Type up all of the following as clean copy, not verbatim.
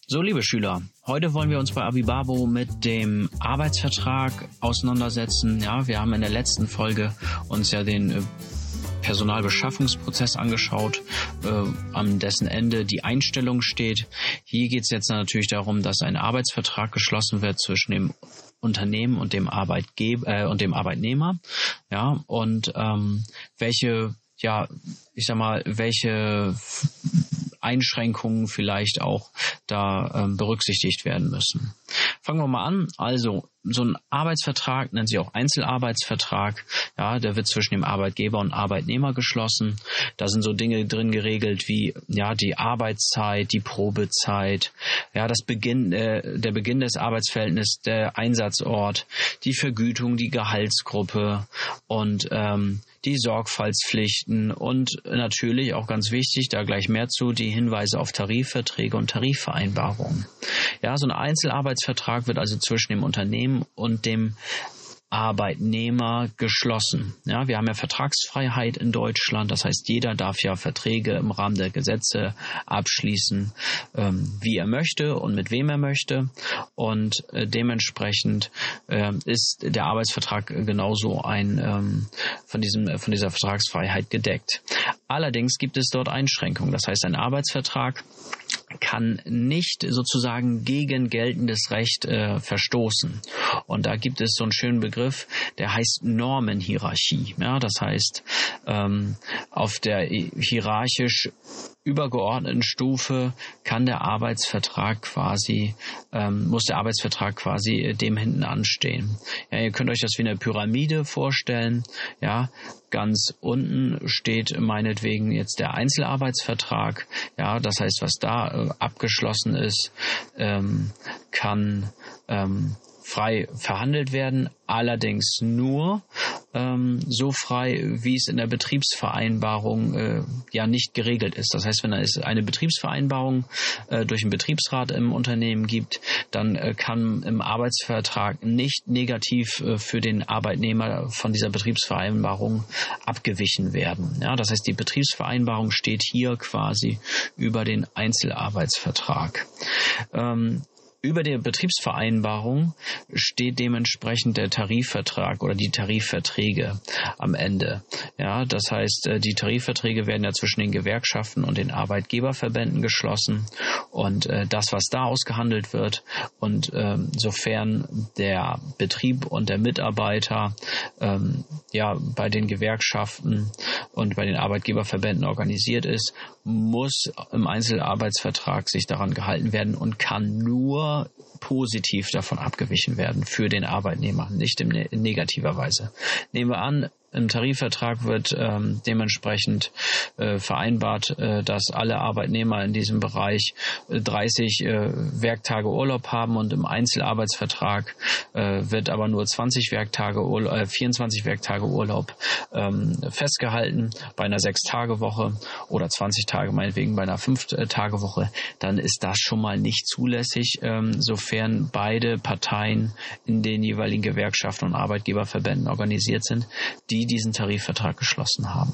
So, liebe Schüler, heute wollen wir uns bei Abibabo mit dem Arbeitsvertrag auseinandersetzen. Ja, wir haben in der letzten Folge uns ja den Personalbeschaffungsprozess angeschaut, an dessen Ende die Einstellung steht. Hier geht es jetzt natürlich darum, dass ein Arbeitsvertrag geschlossen wird zwischen dem Unternehmen und dem Arbeitgeber und dem Arbeitnehmer. Ja, und welche Einschränkungen vielleicht auch da berücksichtigt werden müssen. Fangen wir mal an. Also so ein Arbeitsvertrag nennt sich auch Einzelarbeitsvertrag. Ja, der wird zwischen dem Arbeitgeber und Arbeitnehmer geschlossen. Da sind so Dinge drin geregelt wie die Arbeitszeit, die Probezeit, der Beginn des Arbeitsverhältnisses, der Einsatzort, die Vergütung, die Gehaltsgruppe und die Sorgfaltspflichten und natürlich auch ganz wichtig, da gleich mehr zu, die Hinweise auf Tarifverträge und Tarifvereinbarungen. Ja, so ein Einzelarbeitsvertrag wird also zwischen dem Unternehmen und dem Arbeitnehmer geschlossen. Ja, wir haben ja Vertragsfreiheit in Deutschland. Das heißt, jeder darf ja Verträge im Rahmen der Gesetze abschließen, wie er möchte und mit wem er möchte. Und dementsprechend ist der Arbeitsvertrag genauso von dieser Vertragsfreiheit gedeckt. Allerdings gibt es dort Einschränkungen. Das heißt, ein Arbeitsvertrag kann nicht sozusagen gegen geltendes Recht verstoßen. Und da gibt es so einen schönen Begriff, der heißt Normenhierarchie. Ja, das heißt, auf der hierarchisch übergeordneten Stufe muss der Arbeitsvertrag quasi dem hinten anstehen. Ja, ihr könnt euch das wie eine Pyramide vorstellen. Ja, ganz unten steht meinetwegen jetzt der Einzelarbeitsvertrag. Ja, das heißt, was da abgeschlossen ist, kann frei verhandelt werden, allerdings nur so frei, wie es in der Betriebsvereinbarung nicht geregelt ist. Das heißt, wenn es eine Betriebsvereinbarung durch einen Betriebsrat im Unternehmen gibt, dann kann im Arbeitsvertrag nicht negativ für den Arbeitnehmer von dieser Betriebsvereinbarung abgewichen werden. Ja, das heißt, die Betriebsvereinbarung steht hier quasi über den Einzelarbeitsvertrag. Über der Betriebsvereinbarung steht dementsprechend der Tarifvertrag oder die Tarifverträge am Ende. Ja, das heißt, die Tarifverträge werden ja zwischen den Gewerkschaften und den Arbeitgeberverbänden geschlossen und das, was da ausgehandelt wird und sofern der Betrieb und der Mitarbeiter bei den Gewerkschaften und bei den Arbeitgeberverbänden organisiert ist, muss im Einzelarbeitsvertrag sich daran gehalten werden und kann nur positiv davon abgewichen werden für den Arbeitnehmer, nicht in negativer Weise. Nehmen wir an, im Tarifvertrag wird dementsprechend vereinbart, dass alle Arbeitnehmer in diesem Bereich 30 Werktage Urlaub haben und im Einzelarbeitsvertrag wird aber nur 24 Werktage Urlaub festgehalten bei einer 6-Tage-Woche oder 20 Tage meinetwegen bei einer 5-Tage-Woche, dann ist das schon mal nicht zulässig, sofern beide Parteien in den jeweiligen Gewerkschaften und Arbeitgeberverbänden organisiert sind, die diesen Tarifvertrag geschlossen haben.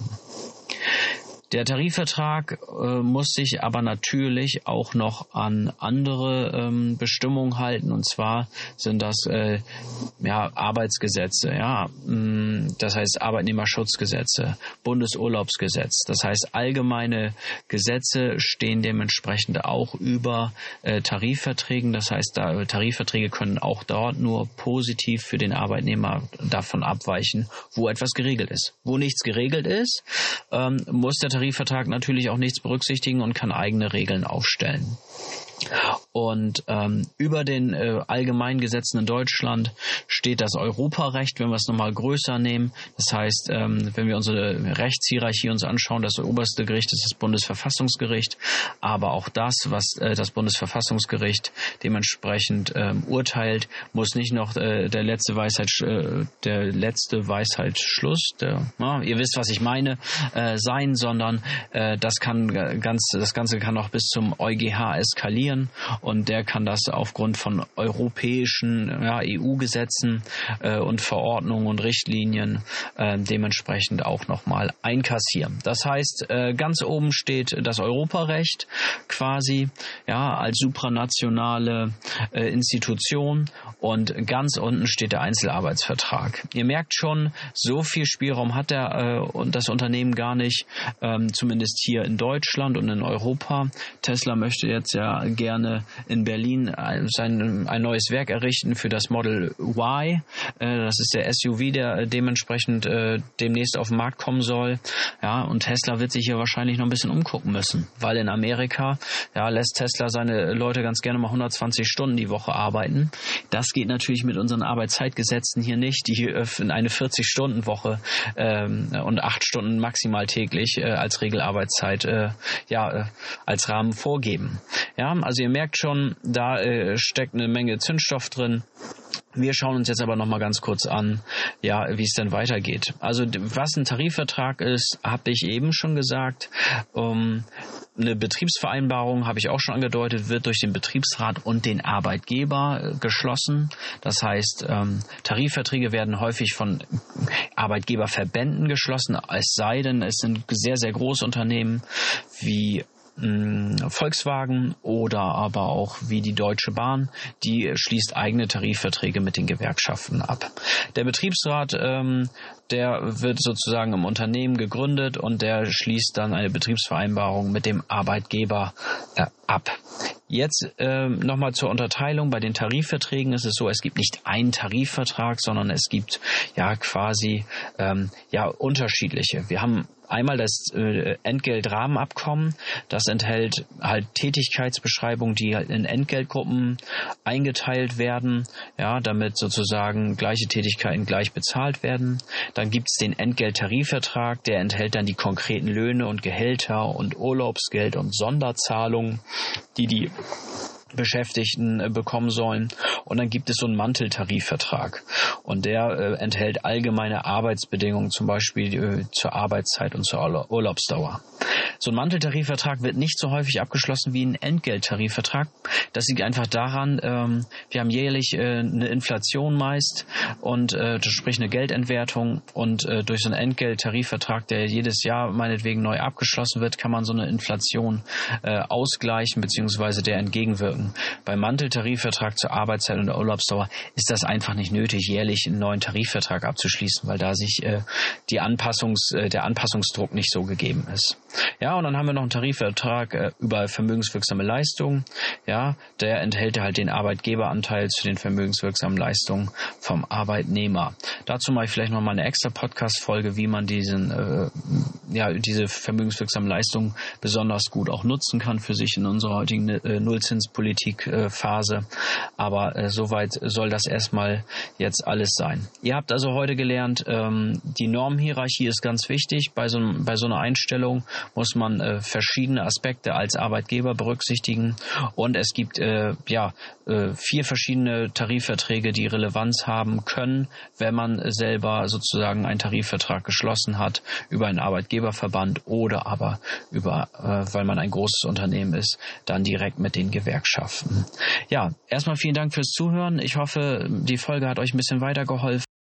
Der Tarifvertrag muss sich aber natürlich auch noch an andere Bestimmungen halten, und zwar sind das Arbeitsgesetze, das heißt Arbeitnehmerschutzgesetze, Bundesurlaubsgesetz, das heißt allgemeine Gesetze stehen dementsprechend auch über Tarifverträgen, das heißt Tarifverträge können auch dort nur positiv für den Arbeitnehmer davon abweichen, wo etwas geregelt ist. Wo nichts geregelt ist, muss der Tarifvertrag natürlich auch nichts berücksichtigen und kann eigene Regeln aufstellen. Und über den allgemeinen Gesetzen in Deutschland steht das Europarecht, wenn wir es nochmal größer nehmen. Das heißt, wenn wir unsere Rechtshierarchie uns anschauen, das oberste Gericht ist das Bundesverfassungsgericht, aber auch das, was das Bundesverfassungsgericht dementsprechend urteilt, muss nicht noch der letzte Weisheitsschluss, ihr wisst, was ich meine, sein, sondern sondern das Ganze kann auch bis zum EuGH eskalieren und der kann das aufgrund von europäischen EU-Gesetzen und Verordnungen und Richtlinien dementsprechend auch nochmal einkassieren. Das heißt, ganz oben steht das Europarecht quasi als supranationale Institution und ganz unten steht der Einzelarbeitsvertrag. Ihr merkt schon, so viel Spielraum hat das Unternehmen gar nicht, zumindest hier in Deutschland und in Europa. Tesla möchte jetzt ja gerne in Berlin ein neues Werk errichten für das Model Y. Das ist der SUV, der dementsprechend demnächst auf den Markt kommen soll. Ja, und Tesla wird sich hier wahrscheinlich noch ein bisschen umgucken müssen, weil in Amerika lässt Tesla seine Leute ganz gerne mal 120 Stunden die Woche arbeiten. Das geht natürlich mit unseren Arbeitszeitgesetzen hier nicht, die eine 40-Stunden-Woche und 8 Stunden maximal täglich als Regelarbeitszeit als Rahmen vorgeben. Ja, also ihr merkt schon, da steckt eine Menge Zündstoff drin. Wir schauen uns jetzt aber noch mal ganz kurz an, wie es denn weitergeht. Also was ein Tarifvertrag ist, habe ich eben schon gesagt. Eine Betriebsvereinbarung, habe ich auch schon angedeutet, wird durch den Betriebsrat und den Arbeitgeber geschlossen. Das heißt, Tarifverträge werden häufig von Arbeitgeberverbänden geschlossen, es sei denn, es sind sehr, sehr große Unternehmen wie Volkswagen oder aber auch wie die Deutsche Bahn, die schließt eigene Tarifverträge mit den Gewerkschaften ab. Der Betriebsrat, der wird sozusagen im Unternehmen gegründet und der schließt dann eine Betriebsvereinbarung mit dem Arbeitgeber ab. Jetzt nochmal zur Unterteilung. Bei den Tarifverträgen ist es so, es gibt nicht einen Tarifvertrag, sondern es gibt quasi unterschiedliche. Wir haben einmal das Entgeltrahmenabkommen. Das enthält halt Tätigkeitsbeschreibungen, die halt in Entgeltgruppen eingeteilt werden, damit sozusagen gleiche Tätigkeiten gleich bezahlt werden. Dann gibt es den Entgelttarifvertrag, der enthält dann die konkreten Löhne und Gehälter und Urlaubsgeld und Sonderzahlungen, die Beschäftigten bekommen sollen. Und dann gibt es so einen Manteltarifvertrag und der enthält allgemeine Arbeitsbedingungen, zum Beispiel zur Arbeitszeit und zur Urlaubsdauer. So ein Manteltarifvertrag wird nicht so häufig abgeschlossen wie ein Entgelttarifvertrag. Das liegt einfach daran, wir haben jährlich eine Inflation meist und sprich eine Geldentwertung und durch so einen Entgelttarifvertrag, der jedes Jahr meinetwegen neu abgeschlossen wird, kann man so eine Inflation ausgleichen bzw. der entgegenwirken. Beim Manteltarifvertrag zur Arbeitszeit und der Urlaubsdauer ist das einfach nicht nötig, jährlich einen neuen Tarifvertrag abzuschließen, weil da sich der Anpassungsdruck nicht so gegeben ist. Ja, und dann haben wir noch einen Tarifvertrag über vermögenswirksame Leistungen. Ja, der enthält halt den Arbeitgeberanteil zu den vermögenswirksamen Leistungen vom Arbeitnehmer. Dazu mache ich vielleicht noch mal eine extra Podcast-Folge, wie man diese vermögenswirksamen Leistungen besonders gut auch nutzen kann für sich in unserer heutigen Nullzinspolitik-Phase. Aber soweit soll das erstmal jetzt alles sein. Ihr habt also heute gelernt, die Normhierarchie ist ganz wichtig. Bei so einer Einstellung muss man verschiedene Aspekte als Arbeitgeber berücksichtigen und es gibt 4 verschiedene Tarifverträge, die Relevanz haben können, wenn man selber sozusagen einen Tarifvertrag geschlossen hat über einen Arbeitgeberverband oder aber weil man ein großes Unternehmen ist, dann direkt mit den Gewerkschaften. Ja, erstmal vielen Dank fürs Zuhören. Ich hoffe, die Folge hat euch ein bisschen weitergeholfen.